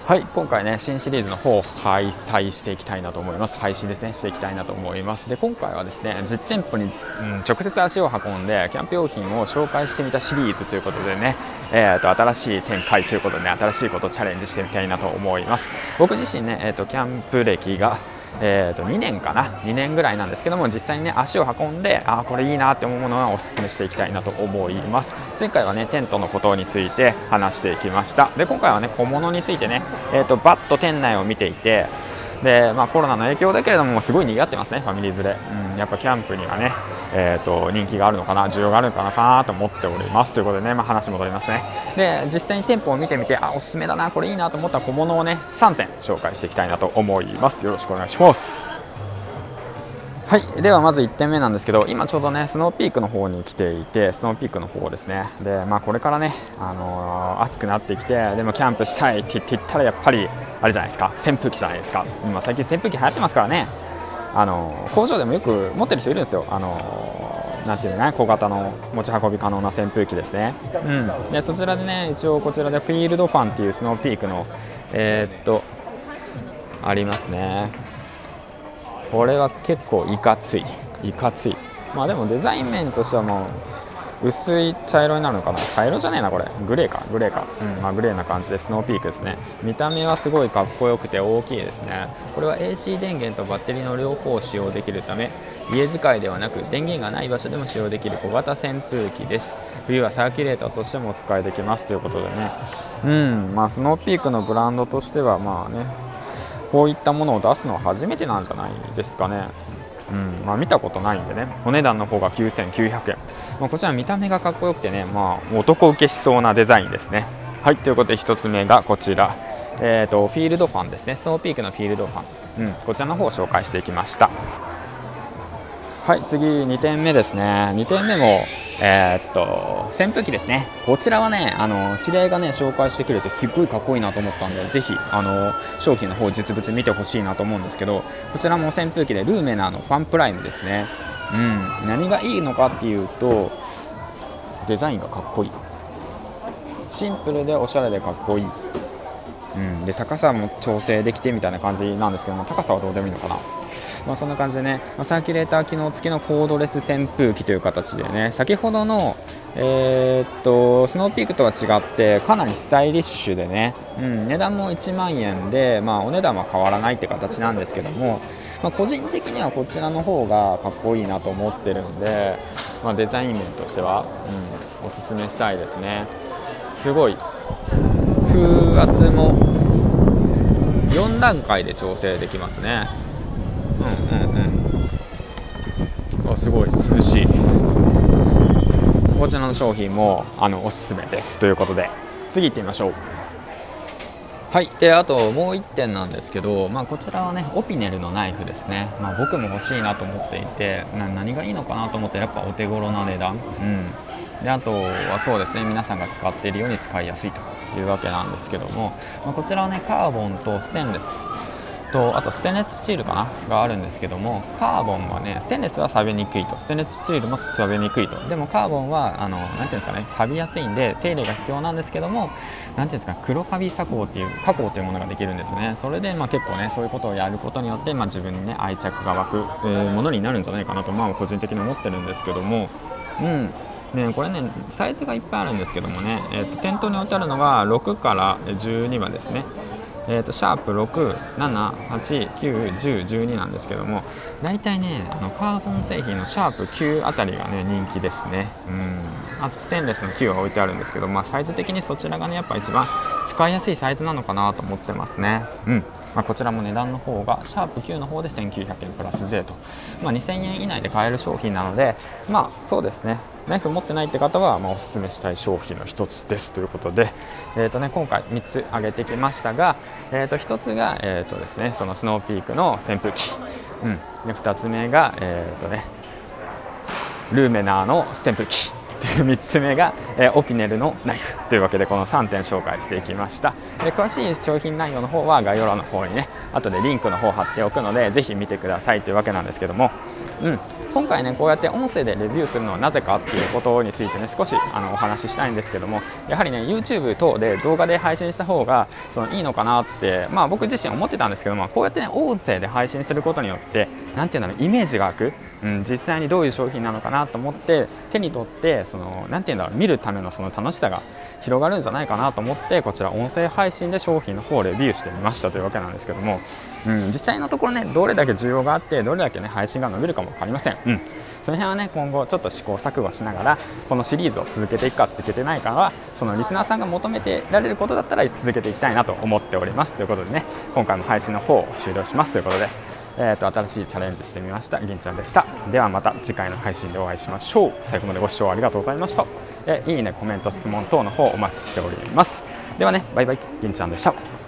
はい、今回ね新シリーズの方を開催していきたいなと思います。配信ですねしていきたいなと思います。で今回はですね実店舗に、直接足を運んでキャンプ用品を紹介してみたシリーズということでね、新しい展開ということでね新しいことをチャレンジしてみたいなと思います。僕自身ね、キャンプ歴が2年かな2年ぐらいなんですけども、実際にね足を運んでこれいいなって思うものはおすすめしていきたいなと思います。前回はねテントのことについて話していきました。で今回はね小物についてね、バッと店内を見ていて、で、コロナの影響だけれどもすごい賑わってますね、ファミリー連れ、やっぱキャンプにはね、人気があるのかな、需要があるのかなと思っておりますということでね、話戻りますね。で実際に店舗を見てみておすすめだな、これいいなと思った小物をね3点紹介していきたいなと思います。よろしくお願いします。はい、ではまず1点目なんですけど、今ちょうどねスノーピークの方に来ていて、スノーピークの方ですね。でこれからね、暑くなってきて、でもキャンプしたいって言ったらやっぱりあれじゃないですか、扇風機じゃないですか。最近扇風機流行ってますからね。工場でもよく持ってる人いるんですよ。なんていうのね、小型の持ち運び可能な扇風機ですね。でそちらでね、一応こちらでフィールドファンっていうスノーピークのありますね。これは結構いかつい。でもデザイン面としてはもう薄い茶色になるのかな、茶色じゃねえなこれ、グレーか、グレーな感じでスノーピークですね。見た目はすごいかっこよくて大きいですね。これは AC 電源とバッテリーの両方を使用できるため、家使いではなく電源がない場所でも使用できる小型扇風機です。冬はサーキュレーターとしてもお使いできますということでね、スノーピークのブランドとしてはこういったものを出すのは初めてなんじゃないですかね。見たことないんでね。お値段の方が9900円、こちら見た目がかっこよくてね、男受けしそうなデザインですね。はい、ということで1つ目がこちら、フィールドファンですね。スノーピークのフィールドファン、こちらの方を紹介していきました。はい、次2点目ですね。2点目も扇風機ですね。こちらはね知り合いがね紹介してくれてすっごいかっこいいなと思ったんで、ぜひ商品の方実物見てほしいなと思うんですけど、こちらも扇風機でルーメナーのファンプライムですね。何がいいのかっていうと、デザインがかっこいい、シンプルでおしゃれでかっこいい、で高さも調整できてみたいな感じなんですけども、高さはどうでもいいのかな。そんな感じでね、サーキュレーター機能付きのコードレス扇風機という形でね、先ほどの、スノーピークとは違ってかなりスタイリッシュでね、値段も1万円で、お値段は変わらないって形なんですけども、個人的にはこちらの方がかっこいいなと思ってるんで、デザイン面としては、おすすめしたいですね。すごい風圧も4段階で調整できますね。すごい涼しい。こちらの商品もおすすめですということで、次行ってみましょう。はい、であともう1点なんですけど、こちらはねオピネルのナイフですね。僕も欲しいなと思っていて、何がいいのかなと思って、やっぱお手頃な値段、であとはそうですね、皆さんが使っているように使いやすいというわけなんですけども、こちらはねカーボンとステンレスと、あとステンレススチールかながあるんですけども、カーボンはね、ステンレスは錆びにくいと、ステンレススチールも錆びにくいと。でもカーボンはなんていうんですかね、錆びやすいんで手入れが必要なんですけども、なんていうんですか、黒カビ加工というものができるんですね。それで結構ねそういうことをやることによって、自分にね愛着が湧く、ものになるんじゃないかなと個人的に思ってるんですけども、これねサイズがいっぱいあるんですけどもね、店頭に置いてあるのが6から12番ですね。シャープ6、7、8、9、10、12なんですけども、大体ねカーボン製品のシャープ9あたりがね人気ですね。あとステンレスの9が置いてあるんですけど、サイズ的にそちらがねやっぱ一番使いやすいサイズなのかなと思ってますね。こちらも値段の方がシャープ9の方で1900円プラス税と、2000円以内で買える商品なので、そうですね、ナイフ持ってないって方はおすすめしたい商品の一つですということで、今回3つ挙げてきましたが、1つが、ですね、そのスノーピークの扇風機、で2つ目が、ルーメナーの扇風機で3つ目が、オピネルのナイフというわけで、この3点紹介していきました。で詳しい商品内容の方は概要欄の方にね後でリンクの方貼っておくので、ぜひ見てくださいというわけなんですけども、 今回ねこうやって音声でレビューするのはなぜかっていうことについてね少しお話ししたいんですけども、やはりね YouTube 等で動画で配信した方がいいのかなって、僕自身思ってたんですけども、こうやってね音声で配信することによってなんていうんだろう、イメージが湧く、実際にどういう商品なのかなと思って手に取ってなんていうんだろう、見るための楽しさが広がるんじゃないかなと思って、こちら音声配信で商品の方をレビューしてみましたというわけなんですけども、実際のところねどれだけ需要があってどれだけね配信が伸びるかも分かりません。その辺はね今後ちょっと試行錯誤しながらこのシリーズを続けていくか続けてないかはリスナーさんが求めてられることだったら続けていきたいなと思っておりますということでね、今回も配信の方を終了しますということで、新しいチャレンジしてみました銀ちゃんでした。ではまた次回の配信でお会いしましょう。最後までご視聴ありがとうございました。いいね、コメント、質問等の方お待ちしております。ではね、バイバイ、銀ちゃんでした。